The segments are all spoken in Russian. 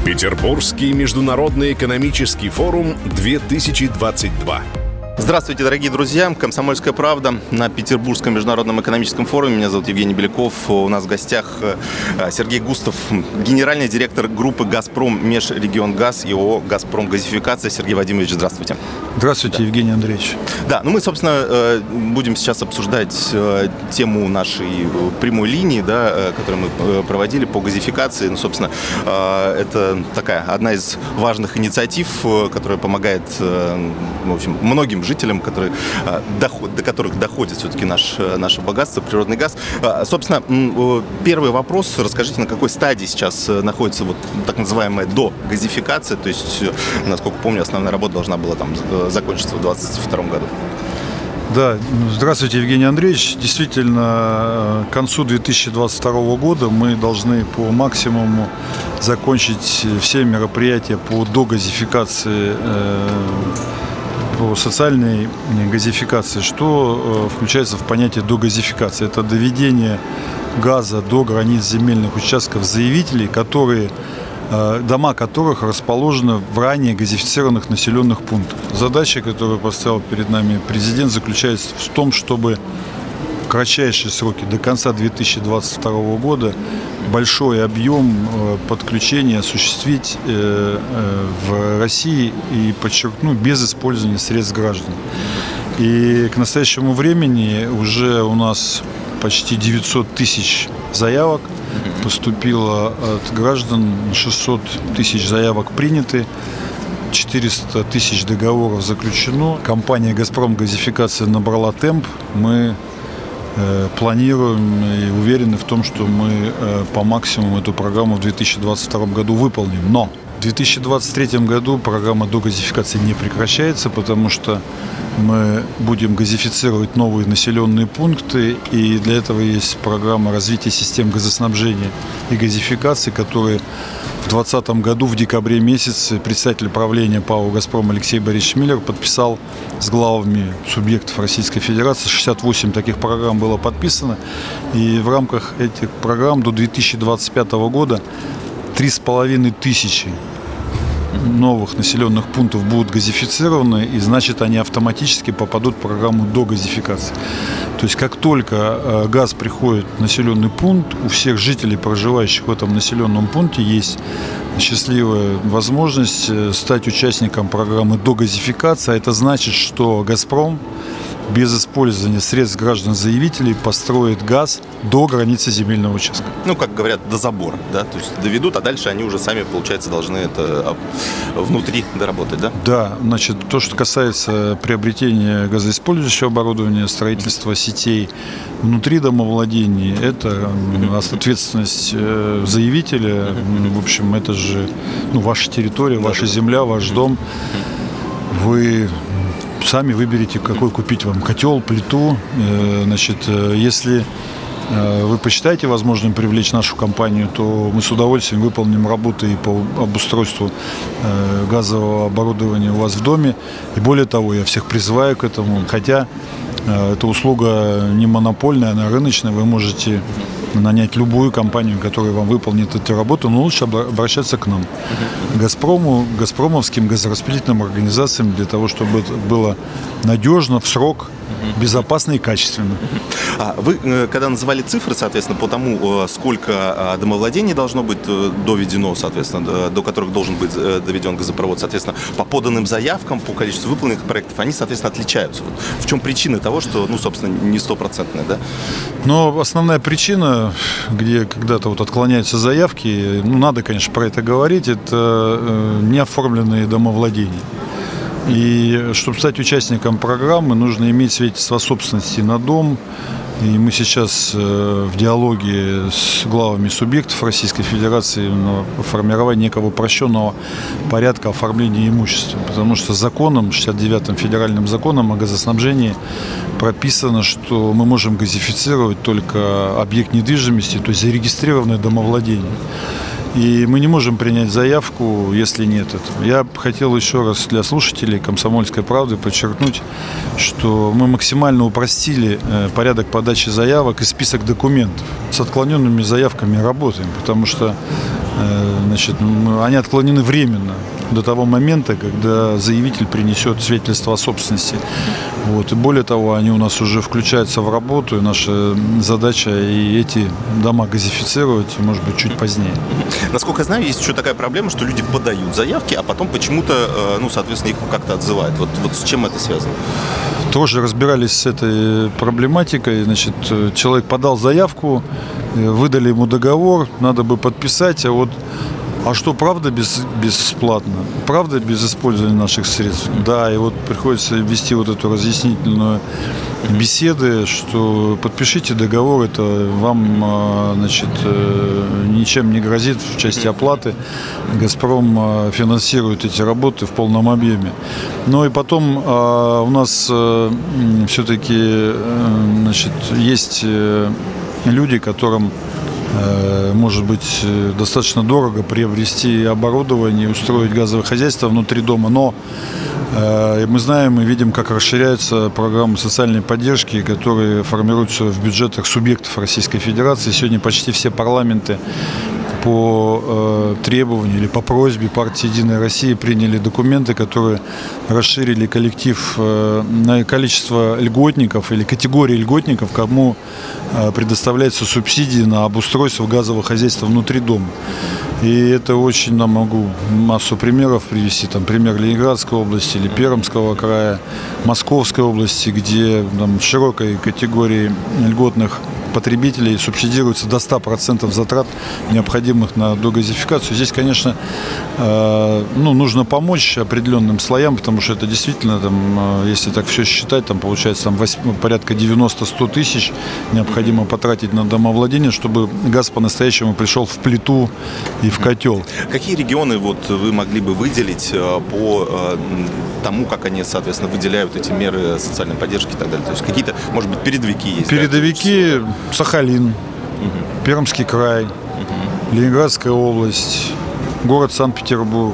Петербургский международный экономический форум 2022. Здравствуйте, дорогие друзья. «Комсомольская правда» на Петербургском международном экономическом форуме. Меня зовут Евгений Беляков. У нас в гостях Сергей Густов, генеральный директор группы «Газпром Межрегионгаз» и ООО «Газпром Газификация». Сергей Вадимович, здравствуйте. Здравствуйте, да. Евгений Андреевич. Да, мы, собственно, будем сейчас обсуждать тему нашей прямой линии, да, которую мы проводили по газификации. Собственно, это такая одна из важных инициатив, которая помогает, в общем, многим жителям, до которых доходит все-таки наше богатство, природный газ. Собственно, первый вопрос. Расскажите, на какой стадии сейчас находится вот так называемая догазификация? То есть, насколько помню, основная работа должна была там закончиться в 2022 году. Да, здравствуйте, Евгений Андреевич. Действительно, к концу 2022 года мы должны по максимуму закончить все мероприятия по догазификации, по социальной газификации. Что включается в понятие догазификации? Это доведение газа до границ земельных участков заявителей, дома которых расположены в ранее газифицированных населенных пунктах. Задача, которую поставил перед нами президент, заключается в том, чтобы в кратчайшие сроки, до конца 2022 года, большой объем подключения осуществить в России и, подчеркну, без использования средств граждан. И к настоящему времени уже у нас почти 900 тысяч заявок поступило от граждан, 600 тысяч заявок приняты, 400 тысяч договоров заключено. Компания «Газпром Газификация» набрала темп. Мы планируем и уверены в том, что мы по максимуму эту программу в 2022 году выполним. Но в 2023 году программа догазификации не прекращается, потому что мы будем газифицировать новые населенные пункты, и для этого есть программа развития систем газоснабжения и газификации, которые в 2020 году в декабре месяце председатель правления ПАО «Газпром» Алексей Борисович Миллер подписал с главами субъектов Российской Федерации. 68 таких программ было подписано, и в рамках этих программ до 2025 года 3500 новых населенных пунктов будут газифицированы, и значит они автоматически попадут в программу догазификации. То есть как только газ приходит в населенный пункт, у всех жителей, проживающих в этом населенном пункте, есть счастливая возможность стать участником программы догазификации. А это значит, что «Газпром» без использования средств граждан-заявителей построит газ до границы земельного участка. Как говорят, до забора, да, то есть доведут, а дальше они уже сами, получается, должны это внутри доработать, да? Да, значит, то, что касается приобретения газоиспользующего оборудования, строительства сетей внутри домовладений, это ответственность заявителя. В общем, это же ваша территория, ваша земля, ваш дом. Вы сами выберите, какой купить вам котел, плиту. Значит, если вы посчитаете возможным привлечь нашу компанию, то мы с удовольствием выполним работы и по обустройству газового оборудования у вас в доме. И более того, я всех призываю к этому. Хотя эта услуга не монопольная, она рыночная. Вы можете нанять любую компанию, которая вам выполнит эту работу, но лучше обращаться к нам, «Газпрому», газпромовским газораспределительным организациям, для того, чтобы это было надежно, в срок, безопасно и качественно. Вы, когда называли цифры, соответственно, по тому, сколько домовладений должно быть доведено, соответственно, до которых должен быть доведен газопровод, соответственно, по поданным заявкам, по количеству выполненных проектов, они, соответственно, отличаются. В чем причина того, что, собственно, не стопроцентная, да? Но основная причина, где когда-то отклоняются заявки, надо, конечно, про это говорить, это неоформленные домовладения. И чтобы стать участником программы, нужно иметь свидетельство о собственности на дом. И мы сейчас в диалоге с главами субъектов Российской Федерации на формирование некого упрощенного порядка оформления имущества. Потому что законом, 69-м федеральным законом о газоснабжении прописано, что мы можем газифицировать только объект недвижимости, то есть зарегистрированное домовладение. И мы не можем принять заявку, если нет этого. Я хотел еще раз для слушателей «Комсомольской правды» подчеркнуть, что мы максимально упростили порядок подачи заявок и список документов. С отклоненными заявками работаем, потому что значит, они отклонены временно до того момента, когда заявитель принесет свидетельство о собственности. Вот. И более того, они у нас уже включаются в работу, и наша задача и эти дома газифицировать, может быть, чуть позднее. Насколько я знаю, есть еще такая проблема, что люди подают заявки, а потом почему-то, соответственно, их как-то отзывают. Вот с чем это связано? Тоже разбирались с этой проблематикой. Значит, человек подал заявку, выдали ему договор, надо бы подписать, а что, правда бесплатно? Правда без использования наших средств? Да, и вот приходится вести вот эту разъяснительную беседу, что подпишите договор, это вам, значит, ничем не грозит в части оплаты. «Газпром» финансирует эти работы в полном объеме. Ну и потом у нас все-таки, значит, есть люди, которым может быть достаточно дорого приобрести оборудование и устроить газовое хозяйство внутри дома, но мы знаем и видим, как расширяются программы социальной поддержки, которые формируются в бюджетах субъектов Российской Федерации. Сегодня почти все парламенты по требованию или по просьбе партии «Единая Россия» приняли документы, которые расширили количество льготников или категории льготников, кому предоставляются субсидии на обустройство газового хозяйства внутри дома. И это очень, могу массу примеров привести. Там пример Ленинградской области или Пермского края, Московской области, где в широкой категории льготных потребителей субсидируется до 100% затрат, необходимых на догазификацию. Здесь, конечно, нужно помочь определенным слоям, потому что это действительно, если так все считать, получается порядка 90-100 тысяч необходимо потратить на домовладение, чтобы газ по-настоящему пришел в плиту и в котел. Какие регионы вы могли бы выделить по тому, как они, соответственно, выделяют эти меры социальной поддержки и так далее? То есть какие-то, может быть, передовики есть? Передовики – Сахалин, Пермский край, Ленинградская область, город Санкт-Петербург.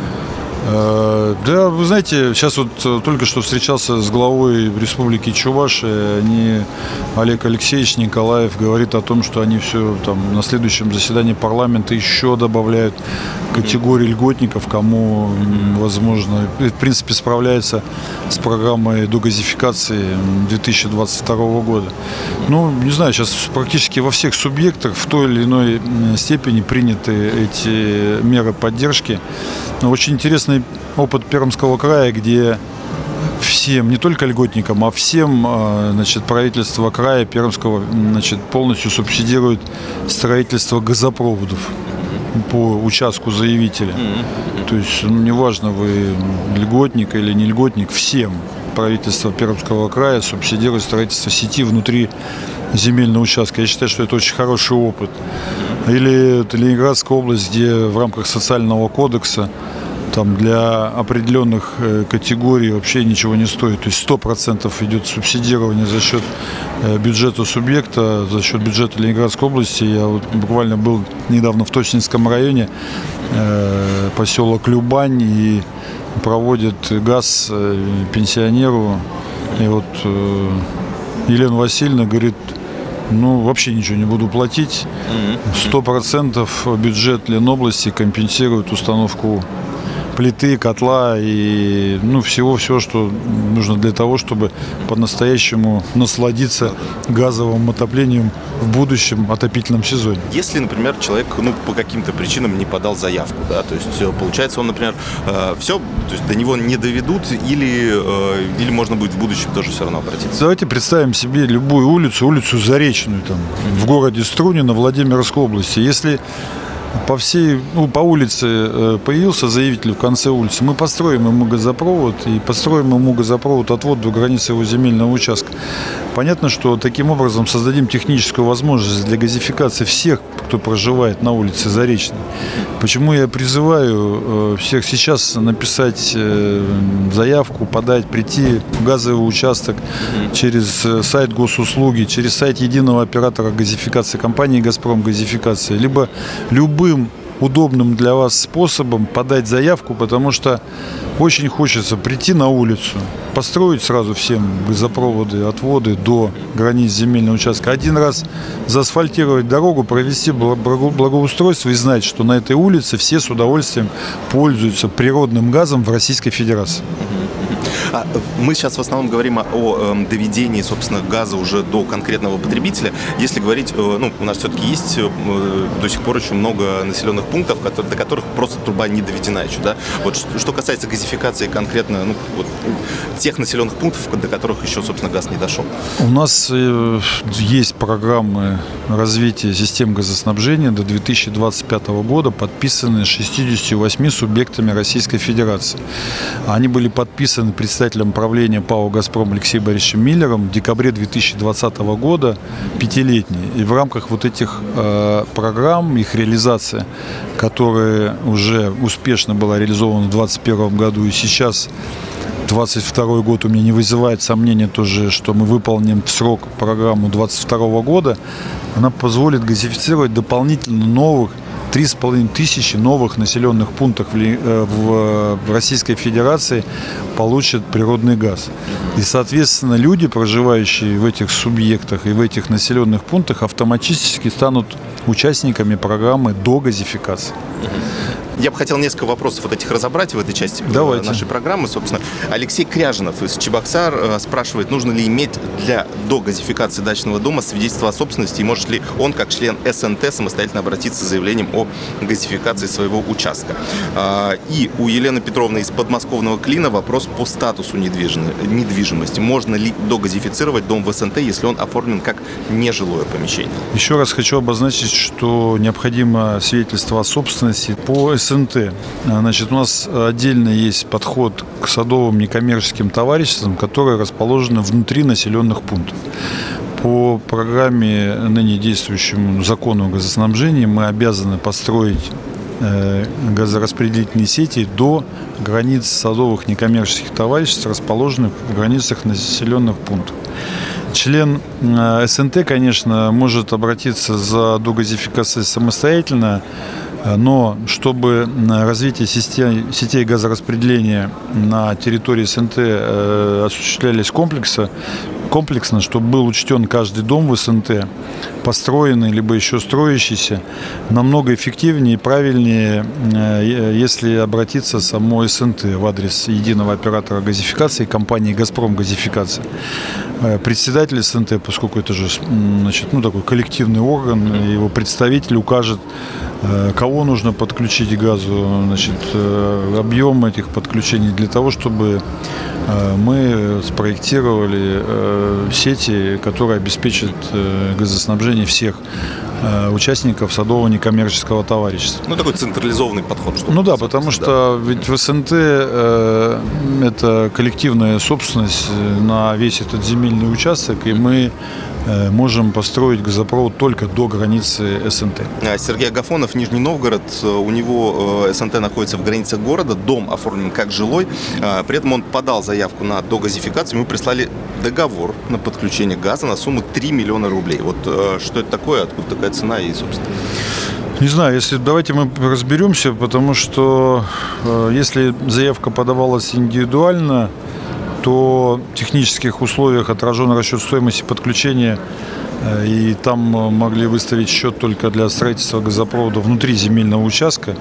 Да, вы знаете, сейчас только что встречался с главой Республики Чувашия, Олег Алексеевич Николаев говорит о том, что они все на следующем заседании парламента еще добавляют категории льготников, кому, возможно, в принципе, справляется с программой догазификации 2022 года. Не знаю, сейчас практически во всех субъектах в той или иной степени приняты эти меры поддержки. Но очень интересный опыт Пермского края, где всем, не только льготникам, а всем, правительство края Пермского, полностью субсидирует строительство газопроводов по участку заявителя. То есть, неважно, вы льготник или не льготник, всем правительство Пермского края субсидирует строительство сети внутри земельного участка. Я считаю, что это очень хороший опыт. Или Ленинградская область, где в рамках социального кодекса для определенных категорий вообще ничего не стоит. То есть 100% идет субсидирование за счет бюджета субъекта, за счет бюджета Ленинградской области. Я буквально был недавно в Точнинском районе, поселок Любань, и проводят газ пенсионеру. И Елена Васильевна говорит: вообще ничего не буду платить. 100% бюджет Ленобласти компенсирует установку плиты, котла и всего, что нужно для того, чтобы по-настоящему насладиться газовым отоплением в будущем отопительном сезоне. Если, например, человек по каким-то причинам не подал заявку, да, то есть получается, он, например, все, то есть до него не доведут, или можно будет в будущем тоже все равно обратиться? Давайте представим себе любую улицу Заречную, в городе Струнино Владимирской области. Если по улице появился заявитель в конце улицы, мы построим ему газопровод отвод до границы его земельного участка. Понятно, что таким образом создадим техническую возможность для газификации всех, кто проживает на улице Заречной. Почему я призываю всех сейчас написать заявку, прийти в газовый участок через сайт госуслуги, через сайт единого оператора газификации, компании «Газпром Газификация», либо любым удобным для вас способом подать заявку, потому что очень хочется прийти на улицу, построить сразу всем газопроводы, отводы до границ земельного участка. Один раз заасфальтировать дорогу, провести благоустройство и знать, что на этой улице все с удовольствием пользуются природным газом в Российской Федерации. Мы сейчас в основном говорим о доведении, собственно, газа уже до конкретного потребителя. Если говорить, у нас все-таки есть до сих пор очень много населенных пунктов, до которых просто труба не доведена еще, да? Вот что касается газификации конкретно, тех населенных пунктов, до которых еще, собственно, газ не дошел. У нас есть программы развития систем газоснабжения до 2025 года, подписанные 68 субъектами Российской Федерации. Они были подписаны председателем правления ПАО «Газпром» Алексеем Борисовичем Миллером в декабре 2020 года, 5-летние. И в рамках вот этих программ, их реализация, которая уже успешно была реализована в 2021 году, и сейчас 2022 год у меня не вызывает сомнения тоже, что мы выполним в срок программу 2022 года, она позволит газифицировать дополнительно новых 3,5 тысячи новых населенных пунктов в Российской Федерации получат природный газ. И, соответственно, люди, проживающие в этих субъектах и в этих населенных пунктах, автоматически станут участниками программы догазификации. Я бы хотел несколько вопросов вот этих разобрать в этой части нашей программы. Собственно, Алексей Кряжинов из Чебоксар спрашивает, нужно ли иметь для догазификации дачного дома свидетельство о собственности, и может ли он, как член СНТ, самостоятельно обратиться с заявлением о газификации своего участка. И у Елены Петровны из подмосковного Клина вопрос по статусу недвижимости. Можно ли догазифицировать дом в СНТ, если он оформлен как нежилое помещение? Еще раз хочу обозначить, что необходимо свидетельство о собственности по СНТ. Значит, у нас отдельно есть подход к садовым некоммерческим товариществам, которые расположены внутри населенных пунктов. По программе, ныне действующему закону о газоснабжении, мы обязаны построить газораспределительные сети до границ садовых некоммерческих товариществ, расположенных в границах населенных пунктов. Член СНТ, конечно, может обратиться за догазификацией самостоятельно, но чтобы развитие сетей газораспределения на территории СНТ осуществлялись комплексно, чтобы был учтен каждый дом в СНТ, построенный либо еще строящийся, намного эффективнее и правильнее, если обратиться само СНТ в адрес единого оператора газификации компании «Газпром Газификация». Председатель СНТ, поскольку это же такой коллективный орган, его представитель укажет, кого нужно подключить к газу, объем этих подключений для того, чтобы мы спроектировали сети, которые обеспечат газоснабжение всех участников садового некоммерческого товарищества. Такой централизованный подход. Потому что ведь в СНТ это коллективная собственность на весь этот земельный участок, и мы можем построить газопровод только до границы СНТ. Сергей Агафонов, Нижний Новгород, у него СНТ находится в границах города, дом оформлен как жилой, при этом он подал заявку на догазификацию, мы прислали договор на подключение газа на сумму 3 миллиона рублей. Вот что это такое, откуда такая цена и, собственно... Не знаю, давайте мы разберемся, потому что если заявка подавалась индивидуально, то в технических условиях отражен расчет стоимости подключения, и там могли выставить счет только для строительства газопровода внутри земельного участка.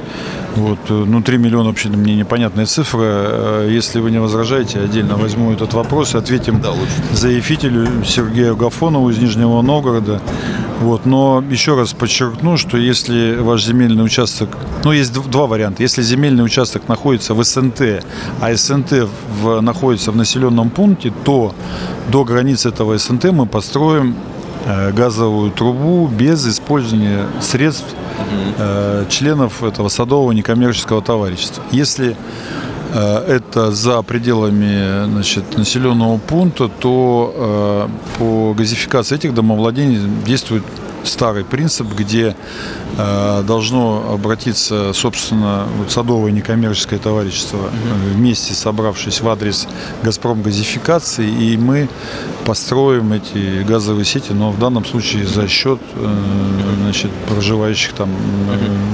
3 миллиона вообще мне непонятная цифра. Если вы не возражаете, отдельно возьму этот вопрос и ответим заявителю Сергею Агафонову из Нижнего Новгорода. Но еще раз подчеркну, что если ваш земельный участок... есть два варианта. Если земельный участок находится в СНТ, а СНТ находится в населенном пункте, то до границы этого СНТ мы построим газовую трубу без использования средств членов этого садового некоммерческого товарищества. Если это за пределами населенного пункта, то по газификации этих домовладений действует старый принцип, где должно обратиться, собственно, садовое некоммерческое товарищество, вместе собравшись в адрес «Газпром Газификации», и мы построим эти газовые сети, но в данном случае за счет проживающих там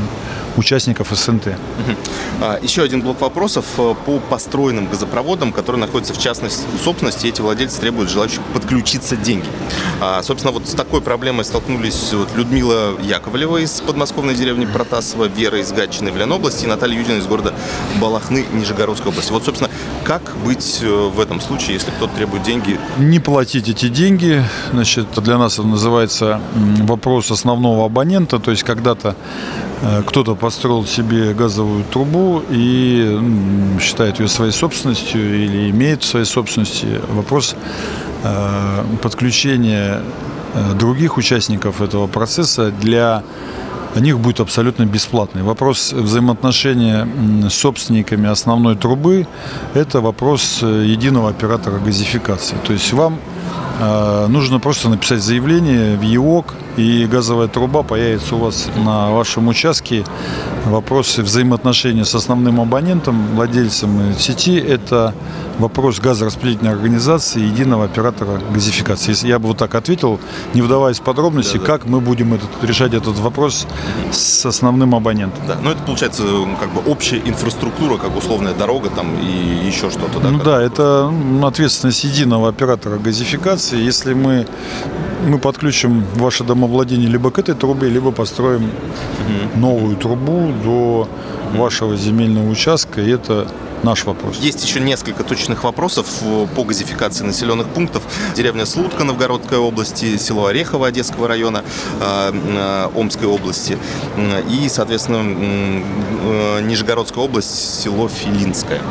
участников СНТ. Еще один блок вопросов по построенным газопроводам, которые находятся в частной собственности. Эти владельцы требуют желающих подключиться деньги. Собственно, вот с такой проблемой столкнулись Людмила Яковлева из подмосковной деревни Протасово, Вера из Гатчины в Ленобласти и Наталья Юдина из города Балахны Нижегородской области. Вот, собственно, как быть в этом случае, если кто-то требует деньги? Не платить эти деньги, значит, для нас это называется вопрос основного абонента, то есть когда-то кто-то построил себе газовую трубу и считает ее своей собственностью или имеет в своей собственности. Вопрос подключения других участников этого процесса для них будет абсолютно бесплатный. Вопрос взаимоотношения с собственниками основной трубы – это вопрос единого оператора газификации. То есть вам нужно просто написать заявление в ЕОК, и газовая труба появится у вас на вашем участке. Вопросы взаимоотношения с основным абонентом, владельцем сети – это вопрос газораспределительной организации единого оператора газификации. Если я бы вот так ответил, не вдаваясь в подробности, как мы будем решать этот вопрос с основным абонентом. Да, но это получается как бы общая инфраструктура, как условная дорога там и еще что-то. Да, да, это ответственность единого оператора газификации. Если мы подключим ваше домовладение либо к этой трубе, либо построим новую трубу до вашего земельного участка, и это наш вопрос. Есть еще несколько точных вопросов по газификации населенных пунктов. Деревня Слутка Новгородской области, село Орехово Одесского района Омской области и, соответственно, Нижегородская область, село Филинское.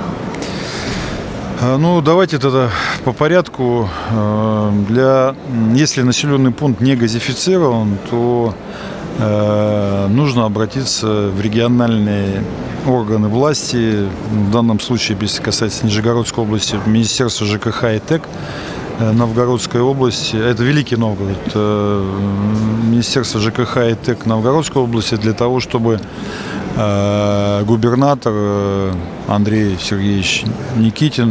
Ну, давайте тогда по порядку. Если населенный пункт не газифицирован, то нужно обратиться в региональные органы власти. В данном случае, если касается Нижегородской области, Министерство ЖКХ и ТЭК Новгородской области. Это Великий Новгород. Министерство ЖКХ и ТЭК Новгородской области для того, чтобы губернатор Андрей Сергеевич Никитин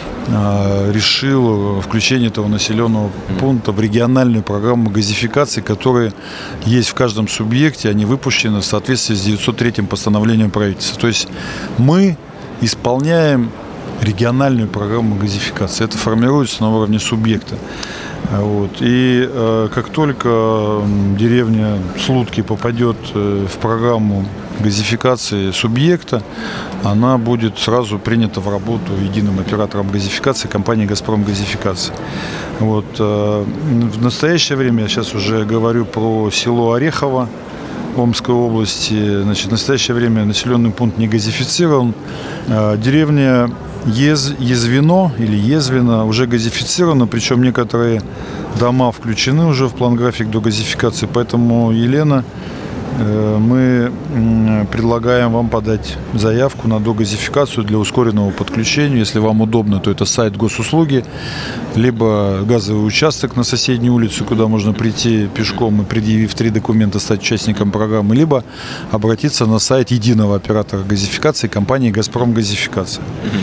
решил включение этого населенного пункта в региональную программу газификации, которая есть в каждом субъекте, они выпущены в соответствии с 903-м постановлением правительства. То есть мы исполняем региональную программу газификации. Это формируется на уровне субъекта. Вот. И как только деревня Слутки попадет в программу газификации субъекта, она будет сразу принята в работу единым оператором газификации компании «Газпром Газификация». Вот. В настоящее время, я сейчас уже говорю про село Орехово Омской области, значит, в настоящее время населенный пункт не газифицирован. Деревня Езвино или Езвино уже газифицировано, причем некоторые дома включены уже в план-график до газификации. Поэтому, Елена, мы предлагаем вам подать заявку на догазификацию для ускоренного подключения. Если вам удобно, то это сайт госуслуги, либо газовый участок на соседней улице, куда можно прийти пешком и, предъявив 3 документа, стать участником программы, либо обратиться на сайт единого оператора газификации компании «Газпром Газификация».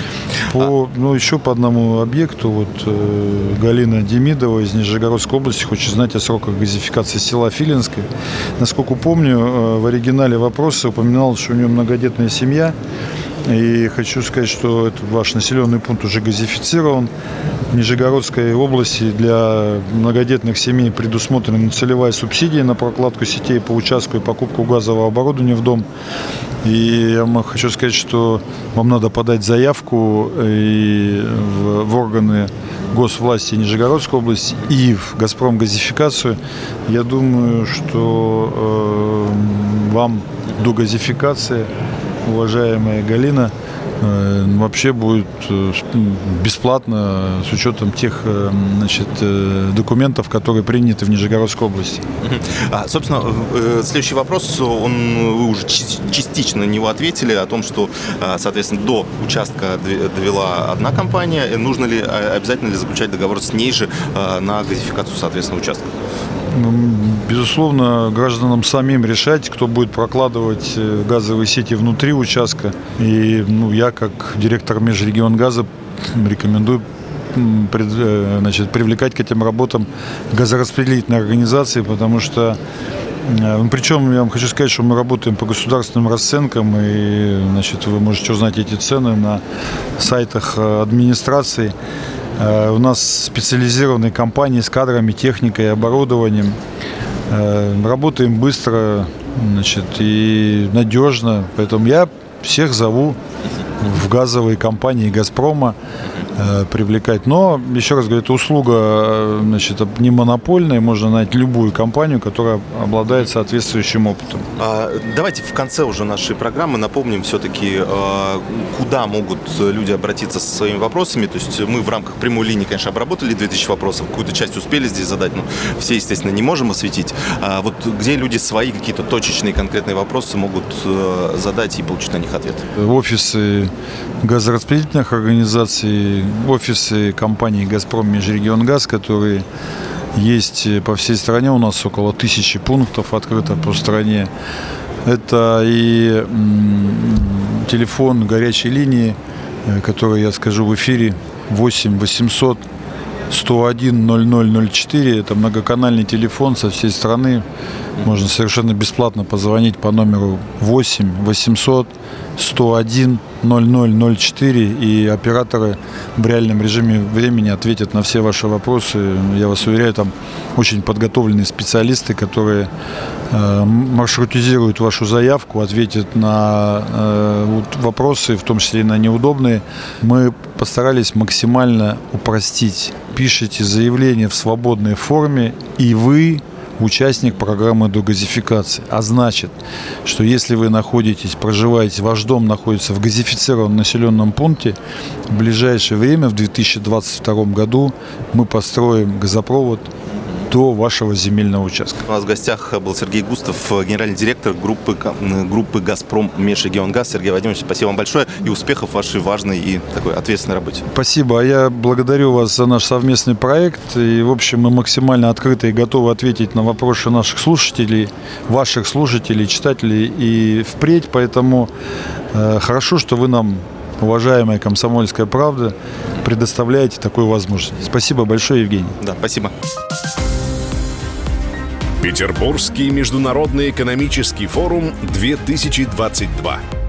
Еще по одному объекту. Вот Галина Демидова из Нижегородской области хочет знать о сроках газификации села Филинское. Насколько помню, в оригинале вопроса упоминалось, что у нее многодетная семья. И хочу сказать, что этот ваш населенный пункт уже газифицирован. В Нижегородской области для многодетных семей предусмотрена целевая субсидия на прокладку сетей по участку и покупку газового оборудования в дом. И я вам хочу сказать, что вам надо подать заявку и в органы госвласти Нижегородской области и в «Газпром Газификацию». Я думаю, что вам до газификации, уважаемая Галина, вообще будет бесплатно с учетом тех документов, которые приняты в Нижегородской области. Собственно, следующий вопрос, вы уже частично на него ответили, о том, что, соответственно, до участка довела одна компания. Нужно ли, обязательно ли заключать договор с ней же на газификацию, соответственно, участка? Безусловно, гражданам самим решать, кто будет прокладывать газовые сети внутри участка. И я, как директор Межрегионгаза, рекомендую привлекать к этим работам газораспределительные организации, потому что Причем я вам хочу сказать, что мы работаем по государственным расценкам, и, значит, вы можете узнать эти цены на сайтах администрации. У нас специализированные компании с кадрами, техникой, оборудованием. Работаем быстро, значит, и надежно. Поэтому я всех зову в газовые компании «Газпрома» привлекать. Но, еще раз говорю, это услуга, значит, не монопольная. Можно найти любую компанию, которая обладает соответствующим опытом. Давайте в конце уже нашей программы напомним все-таки, куда могут люди обратиться со своими вопросами. То есть мы в рамках прямой линии, конечно, обработали 2000 вопросов, какую-то часть успели здесь задать, но все, естественно, не можем осветить. Вот где люди свои какие-то точечные конкретные вопросы могут задать и получить на них ответ? Офисы газораспределительных организаций, офисы компании «Газпром Межрегионгаз», которые есть по всей стране. У нас около 1000 пунктов открыто по стране. Это и телефон горячей линии, который я скажу в эфире, 8 800 101 0004. Это многоканальный телефон со всей страны. Можно совершенно бесплатно позвонить по номеру 8 800 101 0004, и операторы в реальном режиме времени ответят на все ваши вопросы. Я вас уверяю, там очень подготовленные специалисты, которые маршрутизируют вашу заявку, ответят на вопросы, в том числе и на неудобные. Мы постарались максимально упростить. Пишите заявление в свободной форме, и вы участник программы догазификации. А значит, что если вы находитесь, проживаете, ваш дом находится в газифицированном населенном пункте, в ближайшее время, в 2022 году, мы построим газопровод до вашего земельного участка. У нас в гостях был Сергей Густов, генеральный директор группы «Газпром Межрегионгаз». Сергей Вадимович, спасибо вам большое и успехов в вашей важной и такой ответственной работе. Спасибо. Я благодарю вас за наш совместный проект. И, в общем, мы максимально открыты и готовы ответить на вопросы наших слушателей, ваших слушателей, читателей и впредь. Поэтому хорошо, что вы нам, уважаемая «Комсомольская правда», предоставляете такую возможность. Спасибо большое, Евгений. Да, спасибо. Петербургский международный экономический форум 2022.